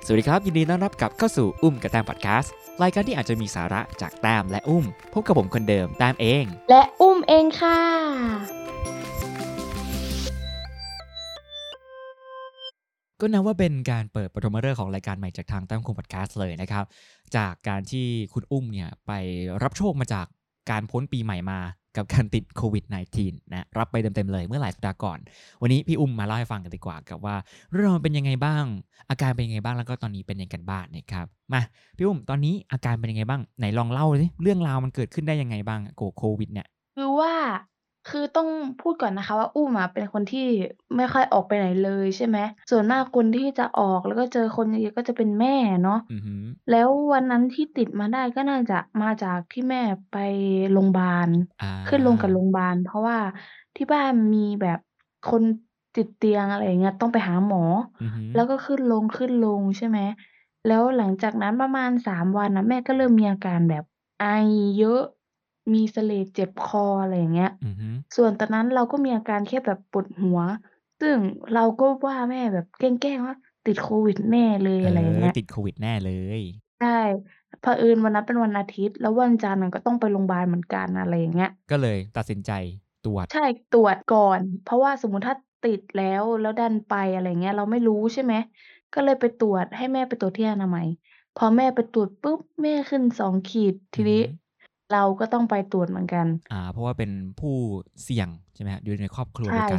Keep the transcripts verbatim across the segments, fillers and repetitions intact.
สวัสดีครับยินดีต้อนรับกลับเข้าสู่อุ้มกับแต้มพอดแคสต์รายการที่อาจจะมีสาระจากแต้มและอุ้มพบกับผมคนเดิมแต้มเองและอุ้มเองค่ะก็นับว่าเป็นการเปิดปฐมฤกษ์ของรายการใหม่จากทางแต้มคงพอดแคสต์เลยนะครับจากการที่คุณอุ้มเนี่ยไปรับโชคมาจากการพ้นปีใหม่มากับการติดโควิด สิบเก้า นะรับไปเต็มๆเลยเมื่อหลายสัปดาห์ก่อนวันนี้พี่อุ้มมาเล่าให้ฟังกันดีกว่ากับว่าเรื่องมันเป็นยังไงบ้างอาการเป็นยังไงบ้างแล้วก็ตอนนี้เป็นยังไงกันบ้างนะครับมาพี่อุ้มตอนนี้อาการเป็นยังไงบ้างไหนลองเล่าสิเรื่องราวมันเกิดขึ้นได้ยังไงบ้างโกโควิดเนี่ยคือว่าคือต้องพูดก่อนนะคะว่าอุ้มอะเป็นคนที่ไม่ค่อยออกไปไหนเลยใช่ไหมส่วนมากคนที่จะออกแล้วก็เจอคนเยอะๆก็จะเป็นแม่เนาะอือฮึแล้ววันนั้นที่ติดมาได้ก็น่าจะมาจากที่แม่ไปโรงบาลอาขึ้นลงกับโรงบาลเพราะว่าที่บ้านมีแบบคนติดเตียงอะไรอย่างเงี้ยต้องไปหาหมออือฮึแล้วก็ขึ้นลงๆใช่ไหมแล้วหลังจากนั้นประมาณสามวันน่ะแม่ก็เริ่มมีอาการแบบไอเยอะมีเสลดเจ็บคออะไรอย่างเงี้ยอือฮึส่วนตอนนั้นเราก็มีอาการแค่แบบปวดหัวซึ่งเราก็ว่าแม่แบบแกล้งๆว่าติดโควิดแน่เลยเออะไรอย่างเงี้ยอติดโควิดแน่เลยใช่เผอิญวันนั้นเป็นวันอาทิตย์แล้ววันจันทร์อะก็ต้องไปโรงบาลเหมือนกันอะไรอย่างเงี้ยก็เลยตัดสินใจตรวจใช่ตรวจก่อนเพราะว่าสมมุติถ้าติดแล้วแล้วดันไปอะไรอย่างเงี้ยเราไม่รู้ใช่ไหมก็เลยไปตรวจให้แม่ไปตรวจที่อนามัยพอแม่ไปตรวจปุ๊บแม่ขึ้นสองขีดทีนี้อือฮึเราก็ต้องไปตรวจเหมือนกันอ่าเพราะว่าเป็นผู้เสี่ยงใช่ไหมครับอยู่ในครอบครัวใชด้วยกัน่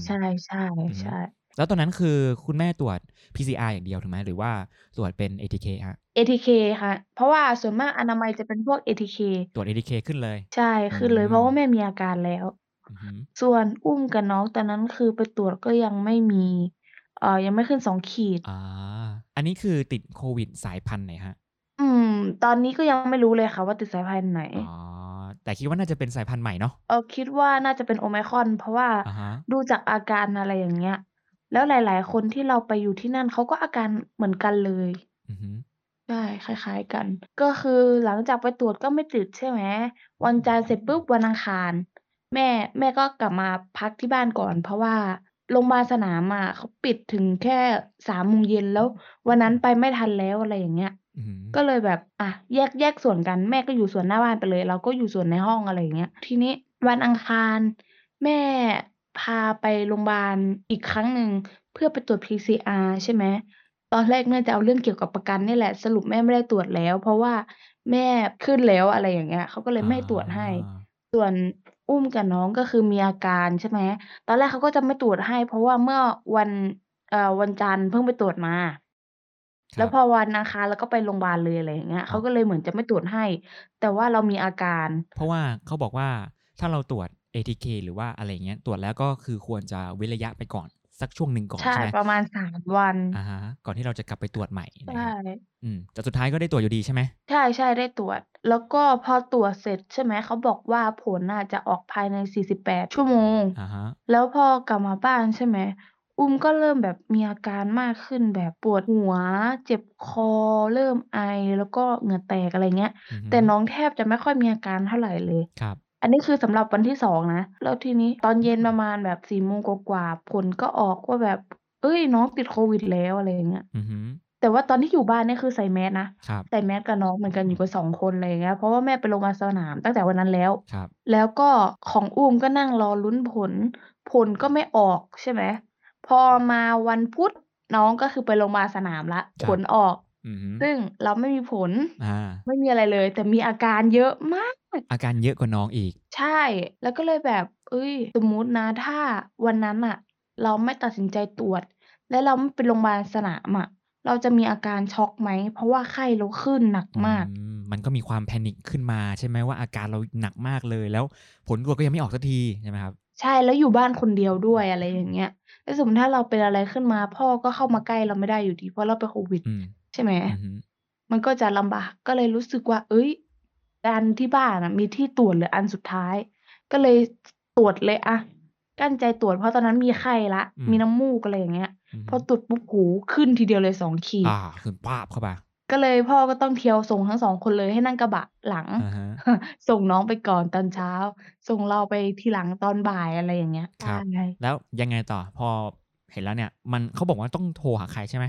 อือฮึๆๆๆแล้วตอนนั้นคือคุณแม่ตรวจ พี ซี อาร์ อย่างเดียวถูกไหมหรือว่าตรวจเป็น เอ ที เค ครับเอ ที เค ค่ะเพราะว่าส่วนมากอนามัยจะเป็นพวก เอ ที เคตรวจ เอ ที เค ขึ้นเลยใช่อืขึ้นเลยเพมราะว่าแม่มีอาการแล้วอือฮึส่วนอุ้มกับน้องตอนนั้นคือไปตรวจก็ยังไม่มีเอ่อยังไม่ขึ้นสองขีดอาอันนี้คือติดโควิดสายพันธุ์ไหนครับอืมตอนนี้ก็ยังไม่รู้เลยค่ะว่าติดสายพันธุ์ไหนอ๋อแต่คิดว่าน่าจะเป็นสายพันธุ์ใหม่เนาะเออคิดว่าน่าจะเป็น Omicron เพราะว่าอะฮะดูจากอาการอะไรอย่างเงี้ยแล้วหลายๆคนที่เราไปอยู่ที่นั่นเขาก็อาการเหมือนกันเลยอือฮึใช่คล้ายๆกันก็คือหลังจากไปตรวจก็ไม่ติดใช่ไหมวันจันทร์เสร็จปุ๊บวันอังคารแม่แม่ก็กลับมาพักที่บ้านก่อนเพราะว่าโรงพยาบาลสนามอะเขาปิดถึงแค่สามโมงเย็นแล้ววันนั้นไปไม่ทันแล้วอะไรอย่างเงี้ยอือฮึก็เลยแบบอะแยกแยกส่วนกันแม่ก็อยู่ส่วนหน้าบ้านไปเลยเราก็อยู่ส่วนในห้องอะไรอย่างเงี้ยทีนี้วันอังคารแม่พาไปโรงบาลอีกครั้งหนึ่งเพื่อไปตรวจ พี ซี อาร์ ใช่ไหมตอนแรกแม่จะเอาเรื่องเกี่ยวกับประกันนี่แหละสรุปแม่ไม่ได้ตรวจแล้วเพราะว่าแม่ขึ้นแล้วอะไรอย่างเงี้ยเขาก็เลยอ๋ไม่ตรวจให้อส่วนอุ้มกับน้องก็คือมีอาการใช่ไหมตอนแรกเขาก็จะไม่ตรวจให้เพราะว่าเมื่อวันเอ่อวันจันทร์เพิ่งไปตรวจมา แล้วพอครับวันอังคารเราก็ไปโรงบาลเลยอะไรอย่างเงี้ยอ๋อเขาก็เลยเหมือนจะไม่ตรวจให้แต่ว่าเรามีอาการเพราะว่าเขาบอกว่าถ้าเราตรวจ เอ ที เค หรือว่าอะไรอย่างเงี้ยตรวจแล้วก็คือควรจะเว้นระยะไปก่อนสักช่วงหนึ่งก่อนใช่ใช่ไหมประมาณสามวันอะฮะก่อนที่เราจะกลับไปตรวจใหม่ใช่นะครับอืมแต่สุดท้ายก็ได้ตรวจอยู่ดีใช่ไหมใช่ๆได้ตรวจแล้วก็พอตรวจเสร็จใช่ไหมเขาบอกว่าผลน่ะจะออกภายในสี่สิบแปดชั่วโมงอะฮะแล้วพอกลับมาบ้านใช่ไหมอุ้มก็เริ่มแบบมีอาการมากขึ้นแบบปวดหัวเจ็บคอเริ่มไอแล้วก็เหงื่อแตกอะไรเงี้ยอือฮึแต่น้องแทบจะไม่ค่อยมีอาการเท่าไรเลยครับอันนี้คือสำหรับวันที่สองนะแล้วทีนี้ตอนเย็นประมาณแบบสี่โมงกว่าๆผลก็ออกว่าแบบเฮ้ยน้องติดโควิดแล้วอะไรอย่างเงี้ยอือฮึแต่ว่าตอนที่อยู่บ้านเนี่ยคือใส่แมสนะครับใส่แมสกับน้องเหมือนกันอยู่กันสองคนอะไรอย่างเงี้ยเพราะว่าแม่ไปโรงพยาบาลสนามตั้งแต่วันนั้นแล้วครับแล้วก็ของอุ้มก็นั่งรอลุ้นผลผลก็ไม่ออกใช่ไหมพอมาวันพุธน้องก็คือไปโรงพยาบาลสนามแล้วผครับลออกอือฮึซึ่งเราไม่มีผลอาไม่มีอะไรเลยแต่มีอาการเยอะมากอาการเยอะกว่าน้องอีกใช่แล้วก็เลยแบบเฮ้ยสมมุตินะถ้าวันนั้นน่ะเราไม่ตัดสินใจตรวจและเราไม่ไปโรงพยาบาลสนามอะเราจะมีอาการช็อกไหมเพราะว่าไข้เราขึ้นหนักอืมากมมันก็มีความ panic ขึ้นมาใช่ไหมว่าอาการเราหนักมากเลยแล้วผลตรวจก็ยังไม่ออกสักทีใช่ไหมครับใช่แล้วอยู่บ้านคนเดียวด้วยอะไรอย่างเงี้ยแล้วสมมุติถ้าเราเป็นอะไรขึ้นมาพ่อก็เข้ามาใกล้เราไม่ได้อยู่ดีเพราะเราเป็นโควิดอืมใช่ไหมอือฮึมันก็จะลำบากก็เลยรู้สึกว่าเฮ้ยดันที่บ้านอะมีที่ตรวจเหลืออันสุดท้ายก็เลยตรวจเลยอะกลั้นใจตรวจเพราะตอนนั้นมีไข้แล้วอืมมีน้ำมูกอะไรอย่างเงี้ยอือฮึพอตรวจปุ๊บโอ้โฮขึ้นทีเดียวเลยสองขีดอาคือป๊าบเข้าไปก็เลยพ่อก็ต้องเทียวส่งทั้งสองคนเลยให้นั่งกระบะหลังอะฮะส่งน้องไปก่อนตอนเช้าส่งเราไปทีหลังตอนบ่ายอะไรอย่างเงี้ยใชครับ่แล้วยังไงต่อพอเห็นแล้วเนี่ยมันเขาบอกว่าต้องโทรหาใครใช่ไหม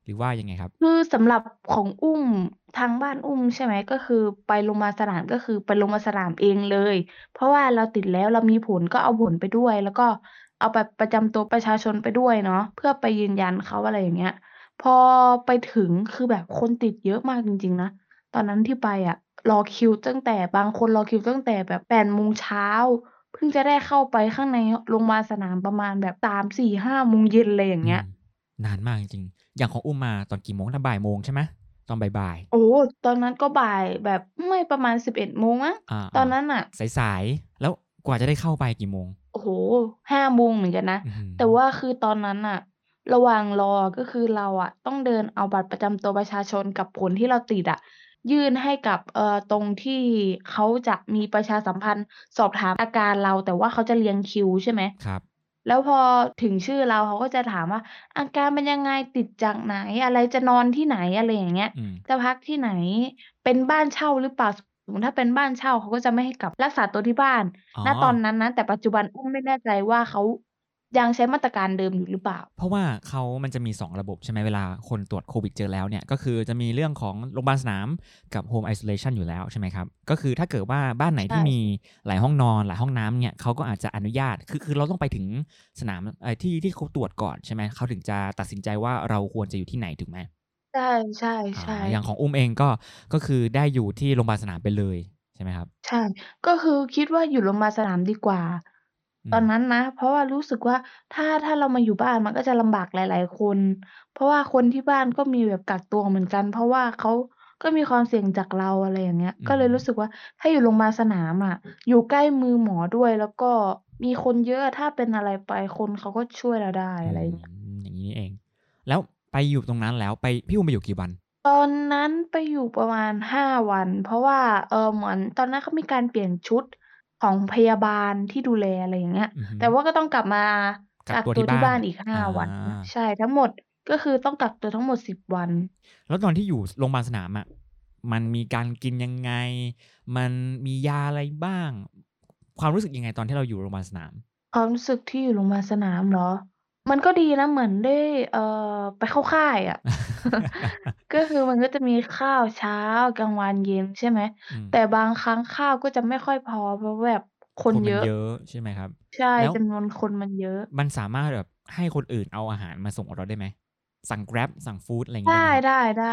หรือว่ายังไงครับ? คือสำหรับของอุ้ม ทางบ้านอุ้ม ใช่ไหม ก็คือไปโรงพยาบาลสนาม ก็คือไปโรงพยาบาลสนามเองเลย เพราะว่าเราติดแล้ว เรามีผลก็เอาผลไปด้วย แล้วก็เอาบัตรประจำตัวประชาชนไปด้วยเนาะ เพื่อไปยืนยันเขา อะไรอย่างเงี้ย พอไปถึง คือแบบคนติดเยอะมากจริง ๆ นะ ตอนนั้นที่ไปอะ รอคิวตั้งแต่ บางคนรอคิวตั้งแต่แบบ แปด โมงเช้า เพิ่งจะได้เข้าไปข้างในโรงพยาบาลสนามประมาณแบบ สาม สี่ ห้า โมงเย็น ไรอย่าองเืงี้ยม นานมากจริง ๆ อย่างของอุ้มมาตอนกี่โมงนะ บ่ายโมงใช่ไหม? ตอนบ่าย ๆโอ้โฮ ตอนนั้นก็บ่ายแบบ ไม่ ประมาณ สิบเอ็ด โมงมั้งอตอนานั้นน่ะๆ สาย ๆ แล้วกว่าจะได้เข้าไปกี่โมง? โอ้โฮ ห้า โมงเหมือนกันนะอื้อฮืแต่ว่าอคือตอนนั้นน่ะ ระหว่างรอ ก็คือเราอะต้องเดินเอาบัตรประจำตัวประชาชนกับผลที่เราติดอะ ยื่นให้กับ เอ่อ ตรงที่เขาจะมีประชาสัมพันธ์สอบถามอาการเรา แต่ว่าเขาจะเรียงคิว ใช่ไหมครับแล้วพอถึงชื่อเรา เขาก็จะถามว่า "อาการเป็นยังไง? ติดจากไหน? อะไร จะนอนที่ไหน?" อะไรอย่างเงี้ยอืม "จะพักที่ไหน? เป็นบ้านเช่าหรือเปล่า?" สมมุติถ้าเป็นบ้านเช่า เขาก็จะไม่ให้กลับ รักษาตัวที่บ้านอ๋อณ ตอนนั้นนะ แต่ปัจจุบันอุ้มไม่แน่ใจว่า เขายังใช้มาตรการเดิมอยู่หรือเปล่า? เพราะว่าเขา มันจะมี สอง ระบบใช่ไหม เวลาคนตรวจโควิดเจอแล้วเนี่ย ก็คือจะมีเรื่องของโรงพยาบาลสนามกับ Home Isolation อยู่แล้ว ใช่ไหมครับ ก็คือถ้าเกิดว่าบ้านไหนใชที่่มีหลายห้องนอน หลายห้องน้ำเนี่ย เขาก็อาจจะอนุญาต คือ คือเราต้องไปถึงสนาม เอ่อ ที่ ที่เขาตรวจก่อนใช่ไหม เขาถึงจะตัดสินใจว่า เราควรจะอยู่ที่ไหนถูกไหม? ใช่อาๆ ๆอย่างของอุ้มเองก็ ก็คือได้อยู่ที่โรงพยาบาลสนามไปเลยใช่ไหมครับ? ใช่ ก็คือคิดว่าอยู่โรงพยาบาลสนามดีกว่าอืมตอนนั้นนะ เพราะว่ารู้สึกว่า ถ้า ถ้าเรามาอยู่บ้านมันก็จะลำบากหลาย ๆ คน เพราะว่าคนที่บ้านก็มีแบบกักตัวเหมือนกัน เพราะว่าเขาก็มีความเสี่ยงจากเรา อะไรอย่างเงี้ยอือฮก็เลยรู้ึสึกว่า ถ้าอยู่โรงพยาบาลสนามอะ อยู่ใกล้มือหมอด้วย แล้วก็มีคนเยอะอะ ถ้าเป็นอะไรไปคนเขาก็ช่วยเราได้อือะไรอย่างเงี้ยม อย่างงี้นี่เอง แล้วไปอยู่ตรงนั้นแล้ว ไป พี่อุ้มไปอยู่กี่วัน? ตอนนั้นไปอยู่ประมาณ ห้า วัน เพราะว่า เอ่อ เหมือนตอนนั้นเขามีการเปลี่ยนชุดของพยาบาลที่ดูแล อะไรอย่างเงี้ยอือฮึแต่ว่าก็ต้องกลับมากกักักตัวทตัวที่บี่้าบ้นานอีก ห้าอาวัน ใช่ ทั้งหมดก็คือต้องกักตัวทั้งหมด สิบ วันแล้วตอนที่อยู่ ส โรงพยาบาลสนามอะ มันมีการกินยังไง มันมียาอะไรบ้าง ความรู้สึกยังไงตอนที่เราอยู่โรงพยาบาลสนาม? ความรู้สึกที่อยู่โรงพยาบาลสนามเหรอ มันก็ดีนะ เหมือนได้ เอ่อ ไปเข้าค่ายอะ ก็คือมันก็จะมีข้าวเช้า กลางวัน เย็น ใช่ไหม แต่อืมบางครั้งข้าวก็จะไม่ค่อยพอ เพราะแบบคคนมนเัยอะนเยอะใช่ไหมครับใช่แล้วจำนวนคนมันเยอะมันสามารถแบบให้คนอื่นเอาอาหารมาส่งเราได้ไหม สั่ง Grab สั่งฟูด อะไรอย่าไงงี้ได้ไหมครับ? ด้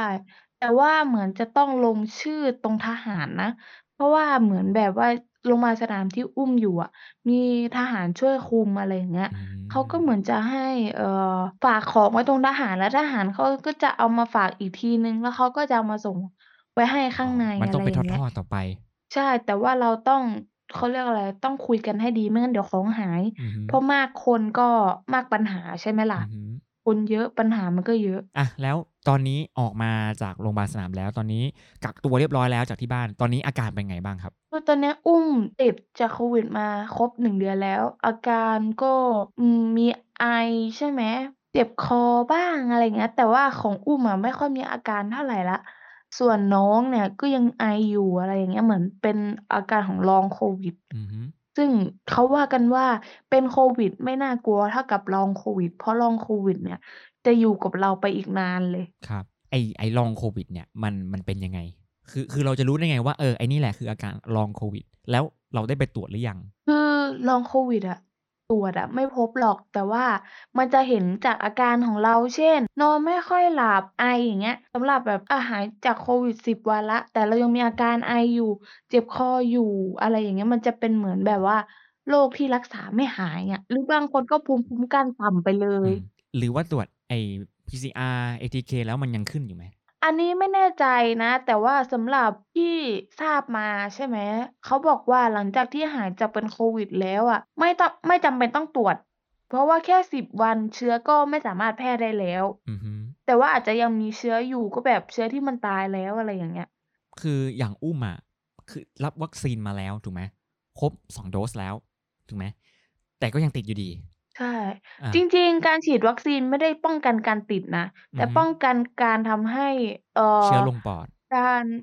ๆ ๆ แต่ว่าเหมือนจะต้องลงชื่อตรงทหารนะ เพราะว่าเหมือนแบบว่าโรงพยาบาลสนามที่อุ้มอยู่อะ มีทหารช่วยคุม อะไรอย่างเงี้ยอืเขาก็เหมืมอนจะให้ เอ่อ ฝากของไว้ตรงทหาร แล้วทหารเขาก็จะเอามาฝากอีกทีหนึ่ง แล้วเขาก็จะเอามาส่งไว้ให้ข้อ๋างอในมันตอะไ้องไปรอย่างเงี้ยทอด ๆ ต่อไปใช่ แต่ว่าเราต้อง เขาเรียกอะไร ต้องคุยกันให้ดี ไม่งั้นเดี๋ยวของหายอือฮึเพราะมากคนก็มากปัญหา ใช่ไหมล่ะอือฮึคนเยอะปัญหามันก็เยอะอะ แล้วตอนนี้ออกมาจากโรงพยาบาลสนามแล้ว ตอนนี้กักตัวเรียบร้อยแล้วจากที่บ้าน ตอนนี้อาการเป็นไงบ้างครับ? คือตอนเนี้ยอุ้มติดจากโควิดมาครบ หนึ่ง เดือนแล้ว อาการก็ อืม มีไอ ใช่ไหม เจ็บคอบ้าง อะไรอย่างเงี้ย แต่ว่าของอุ้มอะไม่ค่อยมีอาการเท่าไรแล้ว ส่วนน้องเนี่ยก็ยังไออยู่ อะไรอย่างเงี้ย เหมือนเป็นอาการของ Long โควิดอือฮึซึ่งเขาว่ากันว่าเป็นโควิดไม่น่ากลัวเท่ากับ Long โควิด เพราะ Long โควิดเนี่ยจะอยู่กับเราไปอีกนานเลยครับ ไอ้ ไอ้ Long โควิดเนี่ยมัน มันเป็นยังไง คือ คือเราจะรู้ได้ไงว่า เออ ไอ้นี่แหละคืออาการ Long โควิด แล้วเราได้ไปตรวจหรือยัง? คือ Long โควิดอะ ตรวจอะไม่พบหรอก แต่ว่ามันจะเห็นจากอาการของเรา เช่น นอนไม่ค่อยหลับ ไอ อย่างเงี้ย สำหรับแบบ อะ หายจากโควิด สิบ วันแล้ว แต่เรายังมีอาการไออยู่ เจ็บคออยู่ อะไรอย่างเงี้ย มันจะเป็นเหมือนแบบว่าโรคที่รักษาไม่หายอะ หรือบางคนก็ภูมิคุ้มกันต่ำไปเลยอืม หรือว่าตรวจไอ้ PCR ATK แล้วมันยังขึ้นอยู่ไหม? อันนี้ไม่แน่ใจนะ แต่ว่าสำหรับที่ทราบมา ใช่ไหม เขาบอกว่าหลังจากที่หายจากเป็นโควิดแล้วอะ ไม่ต้อง ไม่จำเป็นต้องตรวจ เพราะว่าแค่ สิบ วันเชื้อก็ไม่สามารถแพร่ได้แล้วอือฮึแต่ว่าอาจจะยังมีเชื้ออยู่ ก็แบบเชื้อที่มันตายแล้ว อะไรอย่างเงี้ยคืออย่างอุ้มอะ คือรับวัคซีนมาแล้วถูกไหม ครบ สอง โดสแล้วถูกไหม แต่ก็ยังติดอยู่ดีใช่อจาริง ๆ การฉีดวัคซีนไม่ได้ป้องกันการติดนะอแืต่อฮึป้องกันการทำให้ เอ่อเชื้อลงปอดการ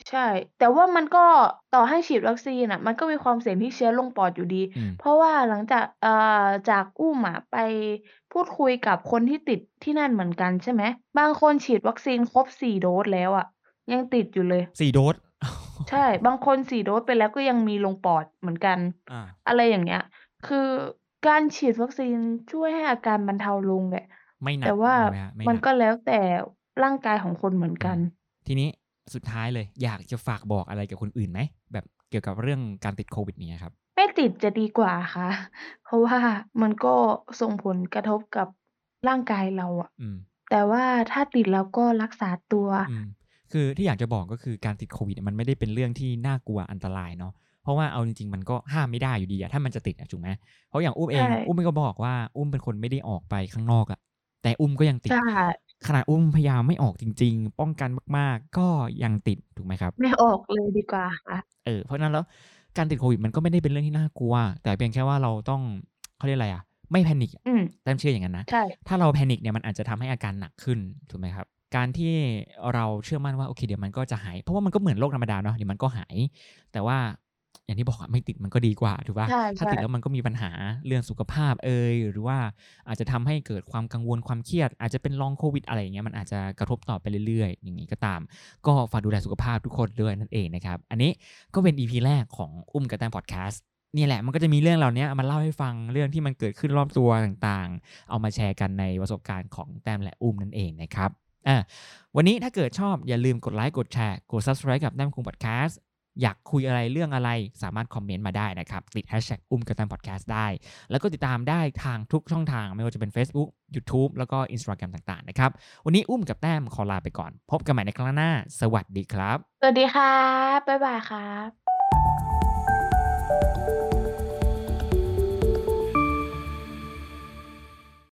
ใช่ แต่ว่ามันก็ ต่อให้ฉีดวัคซีนน่ะ มันก็มีความเสี่ยงที่เชื้อลงปอดอยู่ดีอืมเพราะว่าหลังจาก อ่า จากอุ้มอะไปพูดคุยกับคนที่ติดที่นั่นเหมือนกัน ใช่ไหม บางคนฉีดวัคซีนครบ สี่ โดสแล้วอะ ยังติดอยู่เลยสี่ โดสใช่ บางคน สี่ โดสไปแล้วก็ยังมีลงปอดเหมือนกันอาอะไรอย่างเงี้ย คือการฉีดวัคซีนช่วยให้อาการบรรเทาลงแหละ แตไม่หน่ักว่าใช่ไหมครับ? ไม่มัหนักนก็แล้วแต่ร่างกายของคนเหมือนอกัานทีนี้สุดท้ายเลย อยากจะฝากบอกอะไรกับคนอื่นไหม? แบบเกี่ยวกับเรื่องการติดโควิด อย่างเงี้ยครับไม่ติดจะดีกว่าค่ะ เพราะว่ามันก็ส่งผลกระทบกับร่างกายเราอะอืมแต่ว่าถ้าติดแล้วก็รักษาตัวอืม คือที่อยากจะบอก ก็คือการติดโควิดเนี่ย มันไม่ได้เป็นเรื่องที่น่ากลัวอันตรายเนาะ เพราะว่าเอาจริง ๆ มันก็ห้ามไม่ได้อยู่ดีอะ ถ้ามันจะติดอะ ถูกไหม เพราะอย่างอุ้มใชเอง่อุ้มก็บอกว่า อุ้มเป็นคนไม่ได้ออกไปข้างนอกอะ แต่อุ้มก็ยังใติชด่ขนาดอุ้มพยายามไม่ออกจริง ๆ ป้องกันมาก ๆ ก็ยังติด ถูกไหมครับ? ไม่ออกเลยดีกว่าค่ะเออ เพราะฉะนั้นแล้วการติดโควิดมันก็ไม่ได้เป็นเรื่องที่น่ากลัว แต่เพียงแค่ว่าเราต้อง เขาเรียกอะไรอะ ไม่ panic อืมแต้มเชื่ออย่างงั้นนะใช่ถ้าเรา panic เนี่ย มันอาจจะทำให้อาการหนักขึ้น ถูกไหมครับ การที่เราเชื่อมั่นว่า โอเค เดี๋ยวมันก็จะหาย เพราะว่ามันก็เหมือนโรคธรรมดาเนาะ เดี๋ยวมันก็หาย แต่ว่า อย่างที่บอกอะไม่ติดมันก็ดีกว่า ถูกเปล่าใถ้าช่ติดแล้ๆวมันก็มีปัญหาเรื่องสุขภาพเอย หรือว่าอาจจะทำให้เกิดความกังวล ความเครียด อาจจะเป็น Long โควิด อะไรอย่างเงี้ย มันอาจจะกระทบต่อไปเรื่อย ๆ อย่างงี้ก็ตาม ก็ฝากดูแลสุขภาพทุกคนด้วยนั่นเองนะครับ อันนี้ก็เป็น อี พี แรกของอุ้มกับแต้มพอดแคสต์ เนี่ยแหละมันก็จะมีเรื่องเหล่าเนี้ยมาเล่าให้ฟัง เรื่องที่มันเกิดขึ้นรอบตัวต่าง ๆ เอามาแชร์กันในประสบการณ์ของแต้มและอุ้มนั่นเองนะครับ อา วันนี้ถ้าเกิดชอบอย่าลืมกดไลค์ กดแชร์ กด Subscribe กับแต้มคุงพอดแคสต์ อยากคุยอะไร เรื่องอะไร สามารถคอมเมนต์มาได้นะครับ ติด Hashtag อุ้มกับแต้มพอดแคสต์ได้ แล้วก็ติดตามได้ทางทุกช่องทาง ไม่ว่าจะเป็นเฟซบุ๊ก ยูทูบ แล้วก็ Instagram ต่าง ๆ นะครับ วันนี้อุ้มกับแต้มขอลาไปก่อน พบกันใหม่ในครั้งหน้า สวัสดีครับสวัสดีครับ บ๊ายบายครับ